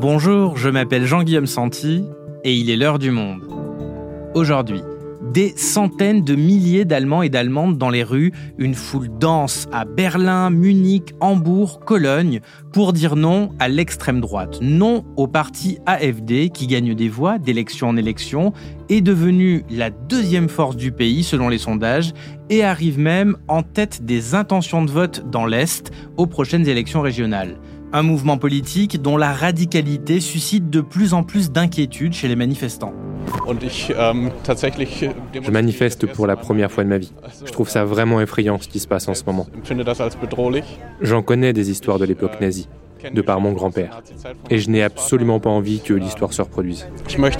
Bonjour, je m'appelle Jean-Guillaume Santi et il est l'heure du monde. Aujourd'hui, des centaines de milliers d'Allemands et d'Allemandes dans les rues, une foule dense à Berlin, Munich, Hambourg, Cologne, pour dire non à l'extrême droite, non au parti AfD qui gagne des voix d'élection en élection, est devenu la deuxième force du pays selon les sondages et arrive même en tête des intentions de vote dans l'Est aux prochaines élections régionales. Un mouvement politique dont la radicalité suscite de plus en plus d'inquiétudes chez les manifestants. Je manifeste pour la première fois de ma vie. Je trouve ça vraiment effrayant ce qui se passe en ce moment. J'en connais des histoires de l'époque nazie, de par mon grand-père. Et je n'ai absolument pas envie que l'histoire se reproduise.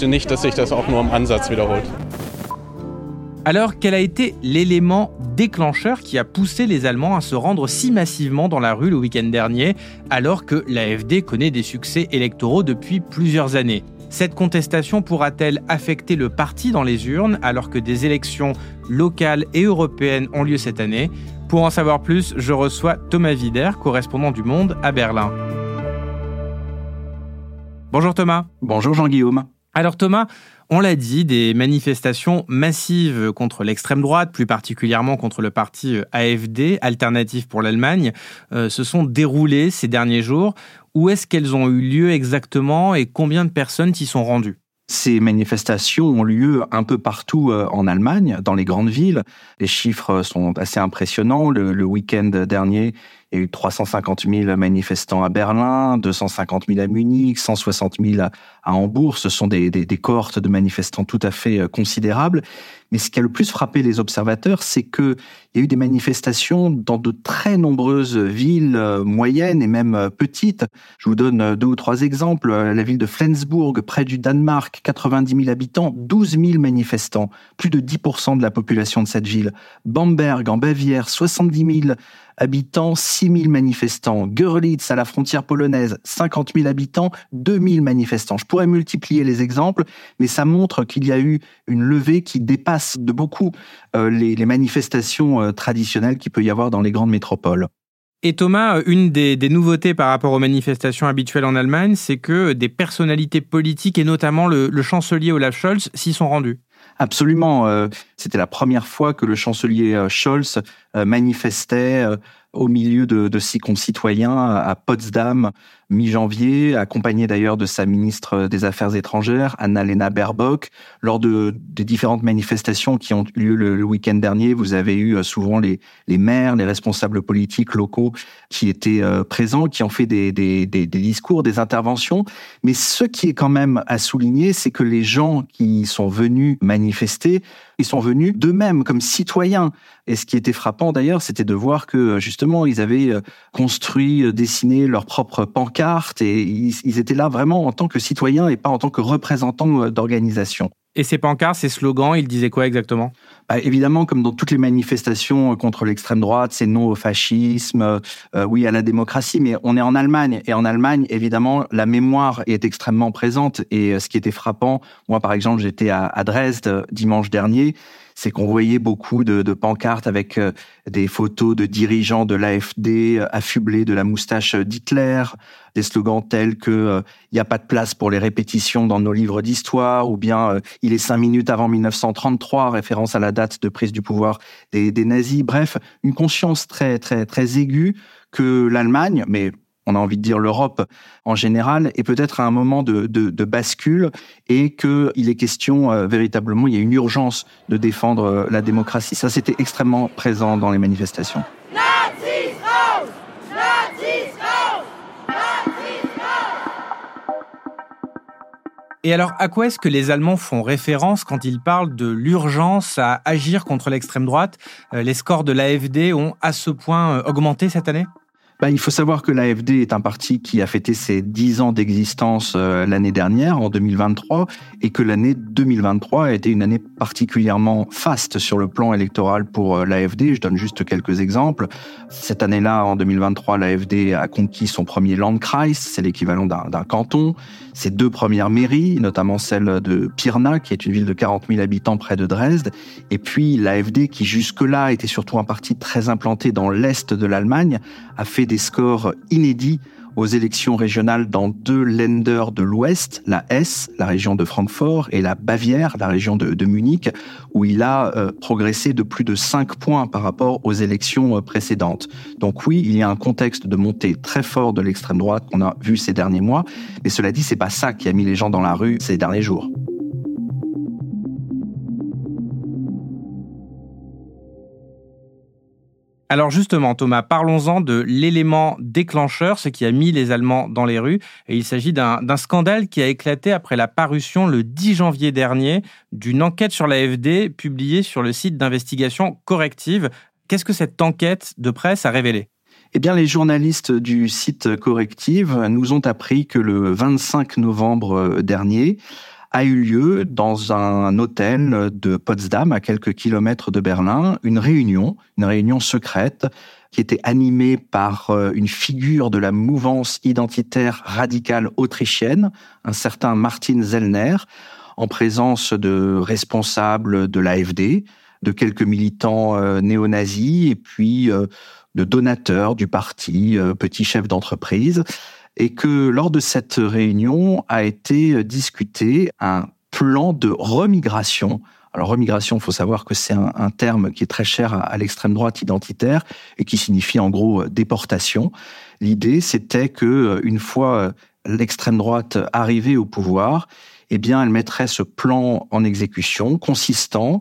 Alors, quel a été l'élément déclencheur qui a poussé les Allemands à se rendre si massivement dans la rue le week-end dernier, alors que l'AfD connaît des succès électoraux depuis plusieurs années ? Cette contestation pourra-t-elle affecter le parti dans les urnes, alors que des élections locales et européennes ont lieu cette année ? Pour en savoir plus, je reçois Thomas Wider, correspondant du Monde à Berlin. Bonjour Thomas. Bonjour Jean-Guillaume. Alors Thomas, on l'a dit, des manifestations massives contre l'extrême droite, plus particulièrement contre le parti AfD, Alternative pour l'Allemagne, se sont déroulées ces derniers jours. Où est-ce qu'elles ont eu lieu exactement et combien de personnes s'y sont rendues ? Ces manifestations ont lieu un peu partout en Allemagne, dans les grandes villes. Les chiffres sont assez impressionnants. Le week-end dernier, il y a eu 350 000 manifestants à Berlin, 250 000 à Munich, 160 000 à Hambourg. Ce sont des cohortes de manifestants tout à fait considérables. Mais ce qui a le plus frappé les observateurs, c'est qu'il y a eu des manifestations dans de très nombreuses villes moyennes et même petites. Je vous donne 2 ou 3 exemples. La ville de Flensburg, près du Danemark, 90 000 habitants, 12 000 manifestants, plus de 10% de la population de cette ville. Bamberg, en Bavière, 70 000 habitants, 6 000 manifestants. Görlitz, à la frontière polonaise, 50 000 habitants, 2 000 manifestants. Je pourrais multiplier les exemples, mais ça montre qu'il y a eu une levée qui dépasse de beaucoup les manifestations traditionnelles qu'il peut y avoir dans les grandes métropoles. Et Thomas, une des nouveautés par rapport aux manifestations habituelles en Allemagne, c'est que des personnalités politiques, et notamment le chancelier Olaf Scholz, s'y sont rendus. Absolument. C'était la première fois que le chancelier Scholz manifestait au milieu de ses concitoyens à Potsdam, mi-janvier, accompagné d'ailleurs de sa ministre des Affaires étrangères, Annalena Baerbock. Lors des différentes manifestations qui ont eu lieu le week-end dernier, vous avez eu souvent les maires, les responsables politiques locaux qui étaient présents, qui ont fait des discours, des interventions. Mais ce qui est quand même à souligner, c'est que les gens qui sont venus manifester, ils sont venus d'eux-mêmes comme citoyens. Et ce qui était frappant d'ailleurs, c'était de voir que justement, ils avaient construit, dessiné leur propre pancarte et ils étaient là vraiment en tant que citoyens et pas en tant que représentants d'organisations. Et ces pancartes, ces slogans, ils disaient quoi exactement ? Évidemment, comme dans toutes les manifestations contre l'extrême droite, c'est non au fascisme, oui à la démocratie, mais on est en Allemagne. Et en Allemagne, évidemment, la mémoire est extrêmement présente. Et ce qui était frappant, moi par exemple, j'étais à Dresde dimanche dernier, c'est qu'on voyait beaucoup de pancartes avec des photos de dirigeants de l'AfD affublés de la moustache d'Hitler, des slogans tels que il n'y a pas de place pour les répétitions dans nos livres d'histoire, ou bien il est 5 minutes avant 1933, référence à la date de prise du pouvoir des nazis. Bref, une conscience très très très aiguë que l'Allemagne, mais on a envie de dire l'Europe en général, est peut-être à un moment de bascule et qu'il est question véritablement, il y a une urgence de défendre la démocratie. Ça, c'était extrêmement présent dans les manifestations. Nazis raus! Nazis raus! Nazis raus! Et alors, à quoi est-ce que les Allemands font référence quand ils parlent de l'urgence à agir contre l'extrême droite ? Les scores de l'AfD ont à ce point augmenté cette année ? Il faut savoir que l'AfD est un parti qui a fêté ses 10 ans d'existence l'année dernière, en 2023, et que l'année 2023 a été une année particulièrement faste sur le plan électoral pour l'AfD. Je donne juste quelques exemples. Cette année-là, en 2023, l'AfD a conquis son premier Landkreis, c'est l'équivalent d'un canton. Ses 2 premières mairies, notamment celle de Pirna, qui est une ville de 40 000 habitants près de Dresde. Et puis l'AfD, qui jusque-là était surtout un parti très implanté dans l'est de l'Allemagne, a fait des scores inédits aux élections régionales dans 2 Länder de l'Ouest, la Hesse, la région de Francfort, et la Bavière, la région de Munich, où il a progressé de plus de 5 points par rapport aux élections précédentes. Donc oui, il y a un contexte de montée très fort de l'extrême droite qu'on a vu ces derniers mois, mais cela dit, c'est pas ça qui a mis les gens dans la rue ces derniers jours. Alors justement, Thomas, parlons-en de l'élément déclencheur, ce qui a mis les Allemands dans les rues. Et il s'agit d'un scandale qui a éclaté après la parution le 10 janvier dernier d'une enquête sur l'AfD publiée sur le site d'investigation Corrective. Qu'est-ce que cette enquête de presse a révélé ? Eh bien, les journalistes du site Corrective nous ont appris que le 25 novembre dernier, a eu lieu dans un hôtel de Potsdam, à quelques kilomètres de Berlin, une réunion secrète qui était animée par une figure de la mouvance identitaire radicale autrichienne, un certain Martin Sellner, en présence de responsables de l'AfD, de quelques militants néo-nazis et puis de donateurs du parti, petits chefs d'entreprise. Et que lors de cette réunion a été discuté un plan de remigration. Alors remigration, il faut savoir que c'est un terme qui est très cher à l'extrême droite identitaire et qui signifie en gros déportation. L'idée, c'était que une fois l'extrême droite arrivée au pouvoir, eh bien, elle mettrait ce plan en exécution consistant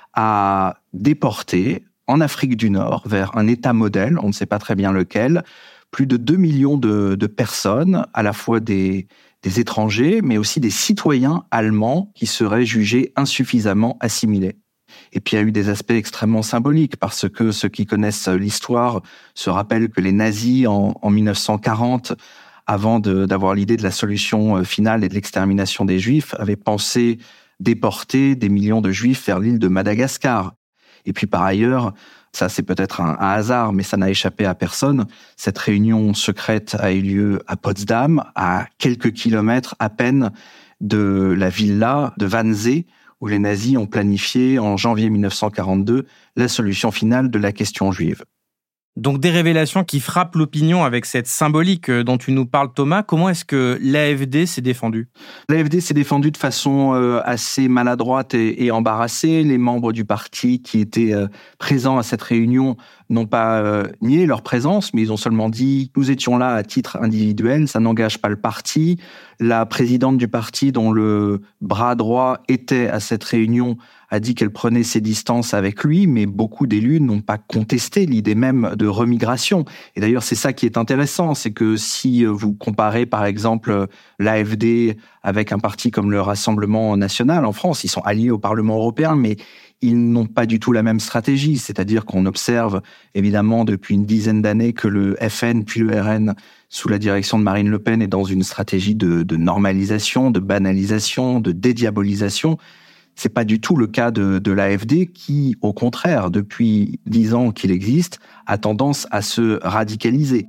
à déporter en Afrique du Nord vers un État modèle, on ne sait pas très bien lequel, plus de 2 millions de personnes, à la fois des étrangers, mais aussi des citoyens allemands qui seraient jugés insuffisamment assimilés. Et puis il y a eu des aspects extrêmement symboliques, parce que ceux qui connaissent l'histoire se rappellent que les nazis, en 1940, avant d'avoir l'idée de la solution finale et de l'extermination des Juifs, avaient pensé déporter des millions de Juifs vers l'île de Madagascar. Et puis par ailleurs, ça c'est peut-être un hasard, mais ça n'a échappé à personne, cette réunion secrète a eu lieu à Potsdam, à quelques kilomètres à peine de la villa de Wannsee, où les nazis ont planifié en janvier 1942 la solution finale de la question juive. Donc des révélations qui frappent l'opinion avec cette symbolique dont tu nous parles, Thomas. Comment est-ce que l'AfD s'est défendue ? L'AfD s'est défendue de façon assez maladroite et embarrassée. Les membres du parti qui étaient présents à cette réunion n'ont pas nié leur présence, mais ils ont seulement dit « nous étions là à titre individuel, ça n'engage pas le parti ». La présidente du parti, dont le bras droit était à cette réunion, a dit qu'elle prenait ses distances avec lui, mais beaucoup d'élus n'ont pas contesté l'idée même de remigration. Et d'ailleurs, c'est ça qui est intéressant, c'est que si vous comparez par exemple l'AfD avec un parti comme le Rassemblement national en France, ils sont alliés au Parlement européen, mais ils n'ont pas du tout la même stratégie. C'est-à-dire qu'on observe évidemment depuis une dizaine d'années que le FN puis le RN, sous la direction de Marine Le Pen, est dans une stratégie de normalisation, de banalisation, de dédiabolisation. C'est pas du tout le cas de l'AfD qui, au contraire, depuis 10 ans qu'il existe, a tendance à se radicaliser.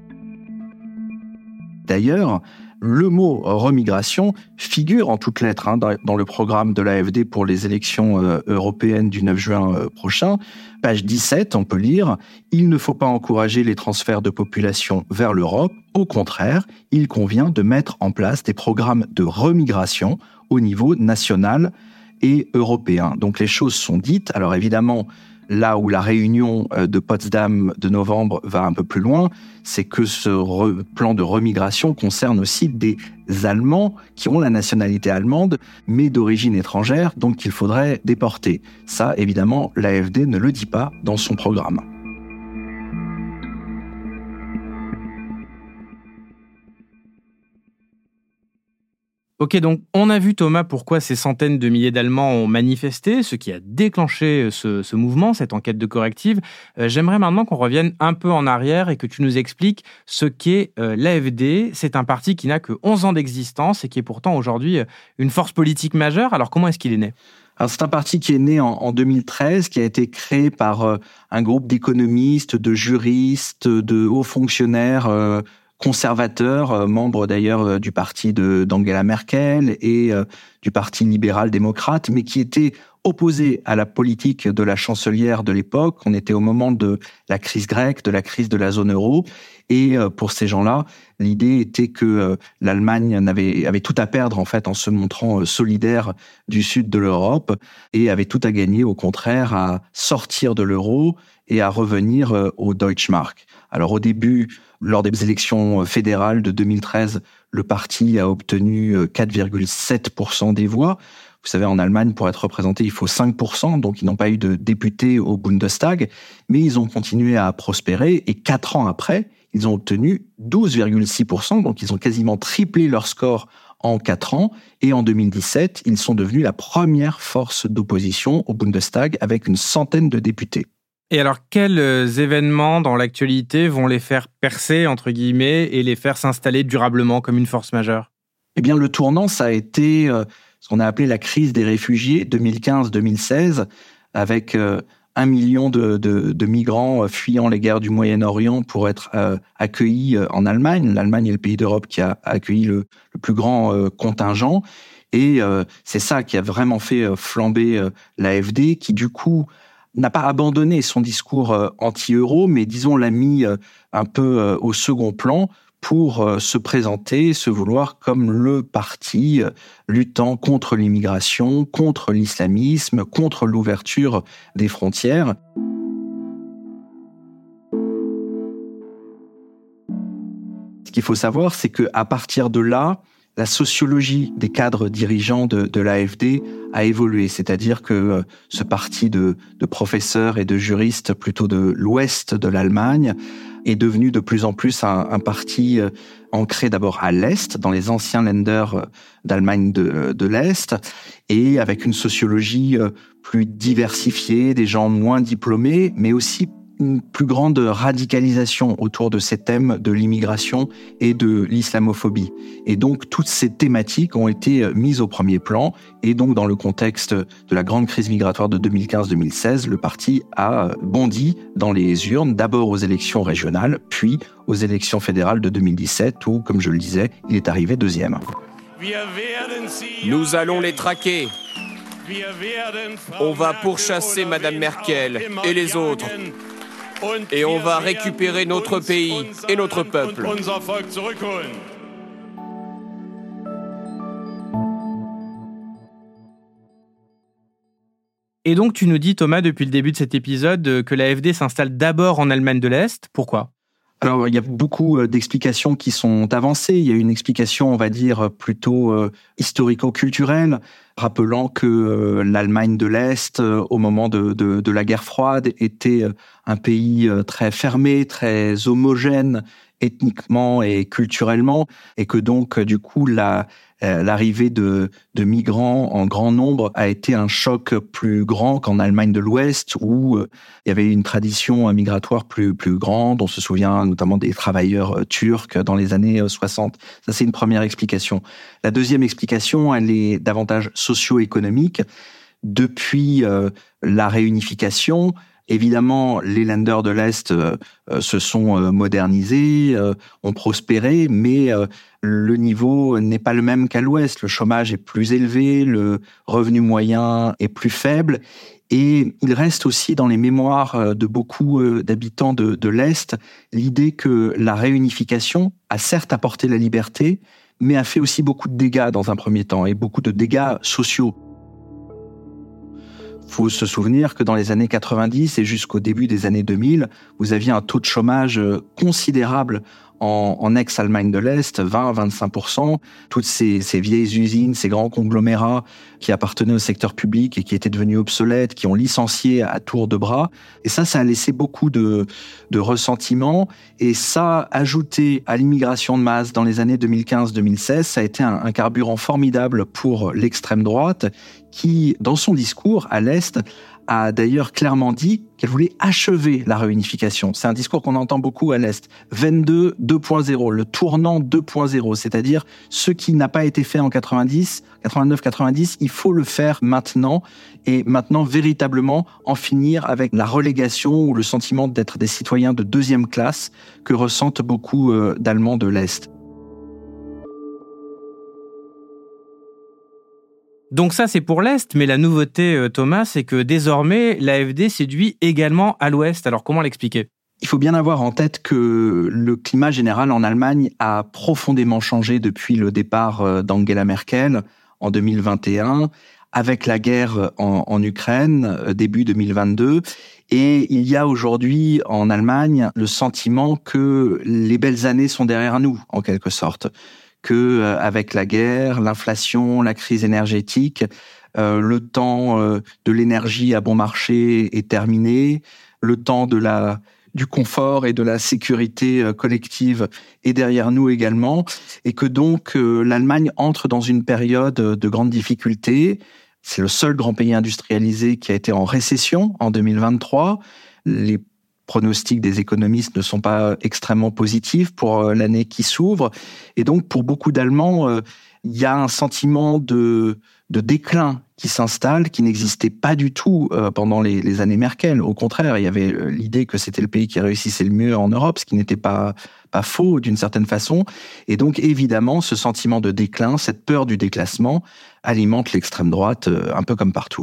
D'ailleurs, le mot remigration figure en toutes lettres dans le programme de l'AfD pour les élections européennes du 9 juin prochain. Page 17, on peut lire « Il ne faut pas encourager les transferts de population vers l'Europe. Au contraire, il convient de mettre en place des programmes de remigration au niveau national et européen. » Donc les choses sont dites. Alors évidemment, là où la réunion de Potsdam de novembre va un peu plus loin, c'est que ce plan de remigration concerne aussi des Allemands qui ont la nationalité allemande, mais d'origine étrangère, donc qu'il faudrait déporter. Ça, évidemment, l'AfD ne le dit pas dans son programme. Ok, donc on a vu, Thomas, pourquoi ces centaines de milliers d'Allemands ont manifesté, ce qui a déclenché ce mouvement, cette enquête de Corrective. J'aimerais maintenant qu'on revienne un peu en arrière et que tu nous expliques ce qu'est l'AfD. C'est un parti qui n'a que 11 ans d'existence et qui est pourtant aujourd'hui une force politique majeure. Alors comment est-ce qu'il est né ? Alors, c'est un parti qui est né en 2013, qui a été créé par un groupe d'économistes, de juristes, de hauts fonctionnaires conservateur, membre d'ailleurs du parti d'Angela Merkel et du parti libéral-démocrate, mais qui était opposé à la politique de la chancelière de l'époque. On était au moment de la crise grecque, de la crise de la zone euro. Et pour ces gens-là, l'idée était que l'Allemagne avait tout à perdre en fait en se montrant solidaire du sud de l'Europe et avait tout à gagner au contraire à sortir de l'euro et à revenir au Deutschmark. Alors au début, lors des élections fédérales de 2013, le parti a obtenu 4,7% des voix. Vous savez, en Allemagne, pour être représenté, il faut 5%, donc ils n'ont pas eu de députés au Bundestag, mais ils ont continué à prospérer, et 4 ans après, ils ont obtenu 12,6%, donc ils ont quasiment triplé leur score en 4 ans, et en 2017, ils sont devenus la première force d'opposition au Bundestag avec une centaine de députés. Et alors, quels événements dans l'actualité vont les faire percer, entre guillemets, et les faire s'installer durablement comme une force majeure ? Eh bien, le tournant, ça a été ce qu'on a appelé la crise des réfugiés 2015-2016, avec 1 million de migrants fuyant les guerres du Moyen-Orient pour être accueillis en Allemagne. L'Allemagne est le pays d'Europe qui a accueilli le plus grand contingent. Et c'est ça qui a vraiment fait flamber l'AfD, qui du coup n'a pas abandonné son discours anti-euro, mais disons l'a mis un peu au second plan pour se présenter, se vouloir comme le parti luttant contre l'immigration, contre l'islamisme, contre l'ouverture des frontières. Ce qu'il faut savoir, c'est qu'à partir de là, la sociologie des cadres dirigeants de l'AfD a évolué. C'est-à-dire que ce parti de professeurs et de juristes plutôt de l'ouest de l'Allemagne est devenu de plus en plus un parti ancré d'abord à l'Est, dans les anciens Länder d'Allemagne de l'Est, et avec une sociologie plus diversifiée, des gens moins diplômés, mais aussi une plus grande radicalisation autour de ces thèmes de l'immigration et de l'islamophobie. Et donc, toutes ces thématiques ont été mises au premier plan. Et donc, dans le contexte de la grande crise migratoire de 2015-2016, le parti a bondi dans les urnes, d'abord aux élections régionales, puis aux élections fédérales de 2017, où, comme je le disais, il est arrivé deuxième. Nous allons les traquer. On va pourchasser Madame Merkel et les autres. Et on va récupérer notre pays et notre peuple. Et donc, tu nous dis, Thomas, depuis le début de cet épisode, que l'AfD s'installe d'abord en Allemagne de l'Est. Pourquoi ? Alors, il y a beaucoup d'explications qui sont avancées. Il y a une explication, on va dire, plutôt historico-culturelle, rappelant que l'Allemagne de l'Est, au moment de la guerre froide, était un pays très fermé, très homogène ethniquement et culturellement, et que donc, du coup, l'arrivée de migrants en grand nombre a été un choc plus grand qu'en Allemagne de l'Ouest, où il y avait une tradition migratoire plus grande. On se souvient notamment des travailleurs turcs dans les années 60. Ça, c'est une première explication. La deuxième explication, elle est davantage socio-économique. Depuis la réunification, évidemment, les Länder de l'Est se sont modernisés, ont prospéré, mais le niveau n'est pas le même qu'à l'Ouest. Le chômage est plus élevé, le revenu moyen est plus faible, et il reste aussi dans les mémoires de beaucoup d'habitants de l'Est l'idée que la réunification a certes apporté la liberté, mais a fait aussi beaucoup de dégâts dans un premier temps, et beaucoup de dégâts sociaux. Il faut se souvenir que dans les années 90 et jusqu'au début des années 2000, vous aviez un taux de chômage considérable en ex-Allemagne de l'Est, 20-25%. Toutes ces vieilles usines, ces grands conglomérats qui appartenaient au secteur public et qui étaient devenus obsolètes, qui ont licencié à tour de bras. Et ça a laissé beaucoup de ressentiment. Et ça, ajouté à l'immigration de masse dans les années 2015-2016, ça a été un carburant formidable pour l'extrême droite qui, dans son discours à l'Est, a d'ailleurs clairement dit qu'elle voulait achever la réunification. C'est un discours qu'on entend beaucoup à l'Est. 22 2.0, le tournant 2.0, c'est-à-dire ce qui n'a pas été fait en 89-90, il faut le faire maintenant, et maintenant véritablement en finir avec la relégation ou le sentiment d'être des citoyens de deuxième classe que ressentent beaucoup d'Allemands de l'Est. Donc ça, c'est pour l'Est, mais la nouveauté, Thomas, c'est que désormais, l'AfD séduit également à l'Ouest. Alors comment l'expliquer ? Il faut bien avoir en tête que le climat général en Allemagne a profondément changé depuis le départ d'Angela Merkel en 2021, avec la guerre en Ukraine, début 2022. Et il y a aujourd'hui en Allemagne le sentiment que les belles années sont derrière nous, en quelque sorte. Que avec la guerre, l'inflation, la crise énergétique, le temps de l'énergie à bon marché est terminé, le temps du confort et de la sécurité collective est derrière nous également, et que donc l'Allemagne entre dans une période de grande difficulté. C'est le seul grand pays industrialisé qui a été en récession en 2023. Les pronostics des économistes ne sont pas extrêmement positifs pour l'année qui s'ouvre. Et donc, pour beaucoup d'Allemands, il y a un sentiment de déclin qui s'installe, qui n'existait pas du tout pendant les années Merkel. Au contraire, il y avait l'idée que c'était le pays qui réussissait le mieux en Europe, ce qui n'était pas faux d'une certaine façon. Et donc, évidemment, ce sentiment de déclin, cette peur du déclassement, alimente l'extrême droite un peu comme partout.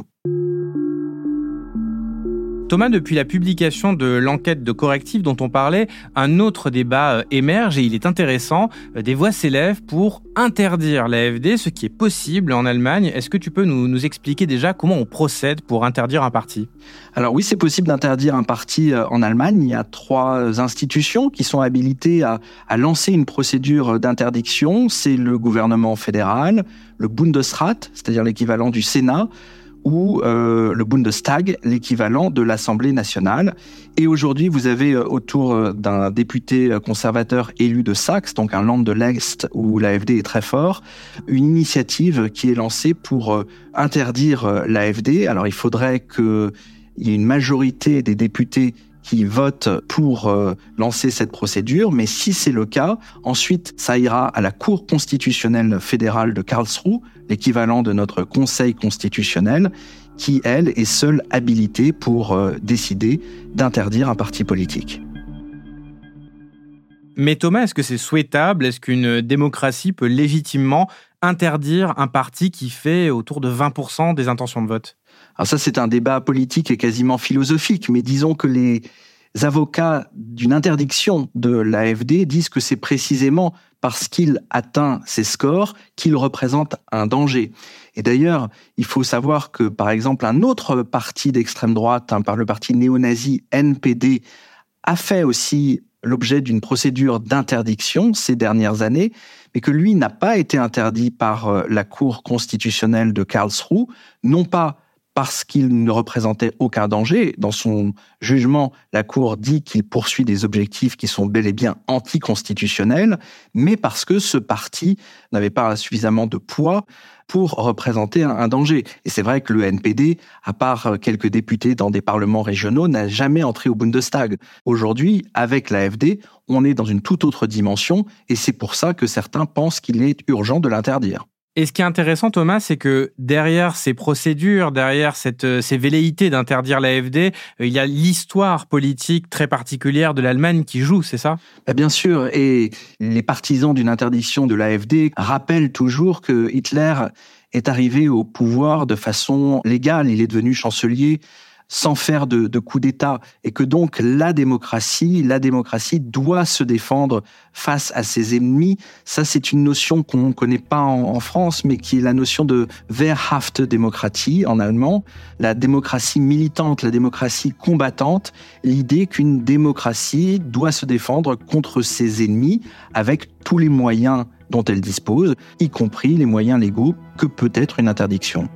Thomas, depuis la publication de l'enquête de Correctif dont on parlait, un autre débat émerge et il est intéressant. Des voix s'élèvent pour interdire l'AfD, ce qui est possible en Allemagne. Est-ce que tu peux nous expliquer déjà comment on procède pour interdire un parti ? Alors oui, c'est possible d'interdire un parti en Allemagne. Il y a 3 institutions qui sont habilitées à lancer une procédure d'interdiction. C'est le gouvernement fédéral, le Bundesrat, c'est-à-dire l'équivalent du Sénat, ou le Bundestag, l'équivalent de l'Assemblée nationale. Et aujourd'hui, vous avez autour d'un député conservateur élu de Saxe, donc un land de l'Est où l'AfD est très fort, une initiative qui est lancée pour interdire l'AfD. Alors il faudrait qu'il y ait une majorité des députés qui votent pour lancer cette procédure, mais si c'est le cas, ensuite ça ira à la Cour constitutionnelle fédérale de Karlsruhe, l'équivalent de notre Conseil constitutionnel, qui, elle, est seule habilitée pour décider d'interdire un parti politique. Mais Thomas, est-ce que c'est souhaitable ? Est-ce qu'une démocratie peut légitimement interdire un parti qui fait autour de 20% des intentions de vote ? Alors ça, c'est un débat politique et quasiment philosophique, mais disons que les avocats d'une interdiction de l'AfD disent que c'est précisément parce qu'il atteint ces scores qu'il représente un danger. Et d'ailleurs, il faut savoir que, par exemple, un autre parti d'extrême droite, le parti néo-nazi NPD, a fait aussi l'objet d'une procédure d'interdiction ces dernières années, mais que lui n'a pas été interdit par la Cour constitutionnelle de Karlsruhe, non pas parce qu'il ne représentait aucun danger. Dans son jugement, la Cour dit qu'il poursuit des objectifs qui sont bel et bien anticonstitutionnels, mais parce que ce parti n'avait pas suffisamment de poids pour représenter un danger. Et c'est vrai que le NPD, à part quelques députés dans des parlements régionaux, n'a jamais entré au Bundestag. Aujourd'hui, avec l'AfD, on est dans une toute autre dimension, et c'est pour ça que certains pensent qu'il est urgent de l'interdire. Et ce qui est intéressant, Thomas, c'est que derrière ces procédures, derrière ces velléités d'interdire l'AfD, il y a l'histoire politique très particulière de l'Allemagne qui joue, c'est ça ? Bien sûr, et les partisans d'une interdiction de l'AfD rappellent toujours que Hitler est arrivé au pouvoir de façon légale. Il est devenu chancelier sans faire de coup d'État, et que donc la démocratie doit se défendre face à ses ennemis. Ça, c'est une notion qu'on ne connaît pas en France, mais qui est la notion de Wehrhafte Demokratie en allemand, la démocratie militante, la démocratie combattante, l'idée qu'une démocratie doit se défendre contre ses ennemis avec tous les moyens dont elle dispose, y compris les moyens légaux que peut être une interdiction.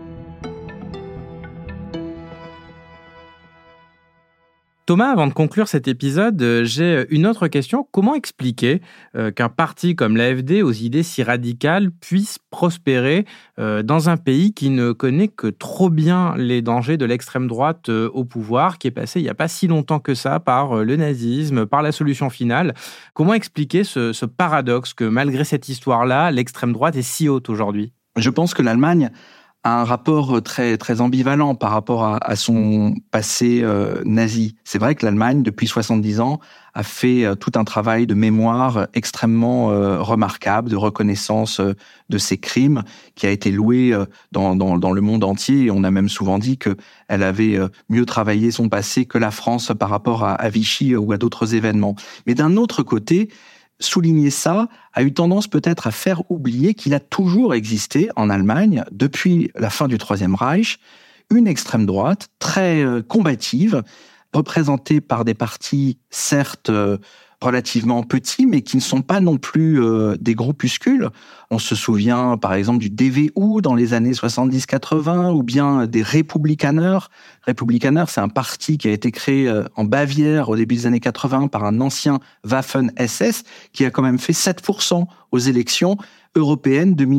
Thomas, avant de conclure cet épisode, j'ai une autre question. Comment expliquer qu'un parti comme l'AfD, aux idées si radicales, puisse prospérer dans un pays qui ne connaît que trop bien les dangers de l'extrême droite au pouvoir, qui est passé il n'y a pas si longtemps que ça par le nazisme, par la solution finale ? Comment expliquer ce paradoxe que malgré cette histoire-là, l'extrême droite est si haute aujourd'hui ? Je pense que l'Allemagne a un rapport très, très ambivalent par rapport à son passé nazi. C'est vrai que l'Allemagne, depuis 70 ans, a fait tout un travail de mémoire extrêmement remarquable, de reconnaissance de ses crimes, qui a été loué dans le monde entier. Et on a même souvent dit qu'elle avait mieux travaillé son passé que la France par rapport à Vichy ou à d'autres événements. Mais d'un autre côté, souligner ça a eu tendance peut-être à faire oublier qu'il a toujours existé en Allemagne, depuis la fin du Troisième Reich, une extrême droite très combative, représentée par des partis certes relativement petits, mais qui ne sont pas non plus des groupuscules. On se souvient par exemple du DVU dans les années 70-80, ou bien des Republikaner. Republikaner, c'est un parti qui a été créé en Bavière au début des années 80 par un ancien Waffen-SS, qui a quand même fait 7% aux élections européennes de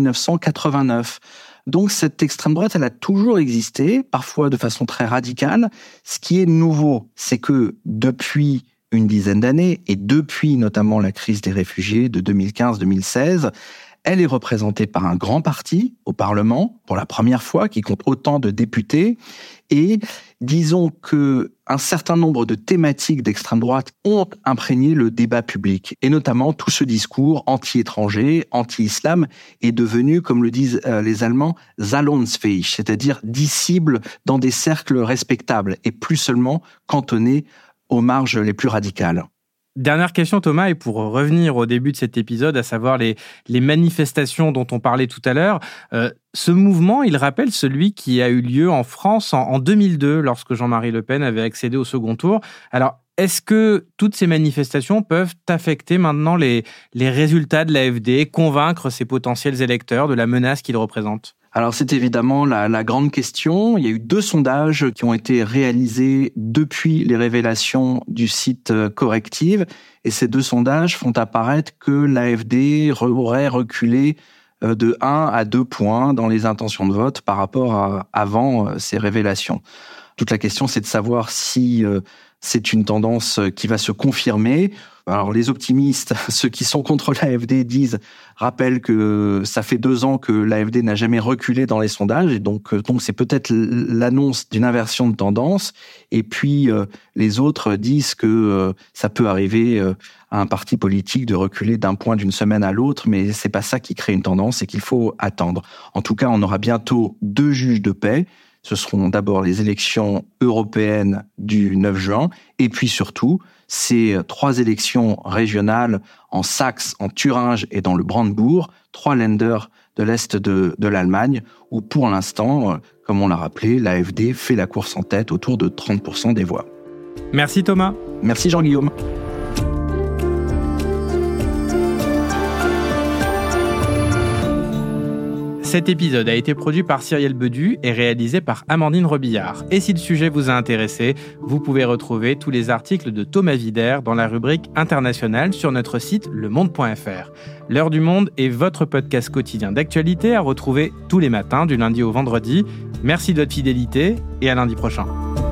1989. Donc cette extrême droite, elle a toujours existé, parfois de façon très radicale. Ce qui est nouveau, c'est que depuis une dizaine d'années, et depuis notamment la crise des réfugiés de 2015-2016, elle est représentée par un grand parti au Parlement, pour la première fois, qui compte autant de députés. Et disons que un certain nombre de thématiques d'extrême droite ont imprégné le débat public. Et notamment, tout ce discours anti-étranger, anti-islam, est devenu, comme le disent les Allemands, salonsfähig, c'est-à-dire dissible dans des cercles respectables, et plus seulement cantonné aux marges les plus radicales. Dernière question, Thomas, et pour revenir au début de cet épisode, à savoir les manifestations dont on parlait tout à l'heure, ce mouvement, il rappelle celui qui a eu lieu en France en 2002, lorsque Jean-Marie Le Pen avait accédé au second tour. Alors, est-ce que toutes ces manifestations peuvent affecter maintenant les résultats de l'AfD, convaincre ses potentiels électeurs de la menace qu'ils représentent ? Alors c'est évidemment la grande question. Il y a eu 2 sondages qui ont été réalisés depuis les révélations du site Corrective. Et ces 2 sondages font apparaître que l'AfD aurait reculé de 1 à 2 points dans les intentions de vote par rapport à avant ces révélations. Toute la question, c'est de savoir si c'est une tendance qui va se confirmer. Alors les optimistes, ceux qui sont contre l'AfD, rappellent que ça fait 2 ans que l'AfD n'a jamais reculé dans les sondages, et donc c'est peut-être l'annonce d'une inversion de tendance. Et puis les autres disent que ça peut arriver à un parti politique de reculer d'un point d'une semaine à l'autre, mais c'est pas ça qui crée une tendance et qu'il faut attendre. En tout cas, on aura bientôt 2 juges de paix. Ce seront d'abord les élections européennes du 9 juin, et puis surtout, ces 3 élections régionales en Saxe, en Thuringe et dans le Brandebourg, 3 Länder de l'Est de l'Allemagne, où pour l'instant, comme on l'a rappelé, l'AfD fait la course en tête autour de 30% des voix. Merci Thomas. Merci Jean-Guillaume. Cet épisode a été produit par Cyrielle Bedu et réalisé par Amandine Robillard. Et si le sujet vous a intéressé, vous pouvez retrouver tous les articles de Thomas Wider dans la rubrique internationale sur notre site lemonde.fr. L'heure du monde est votre podcast quotidien d'actualité à retrouver tous les matins du lundi au vendredi. Merci de votre fidélité et à lundi prochain.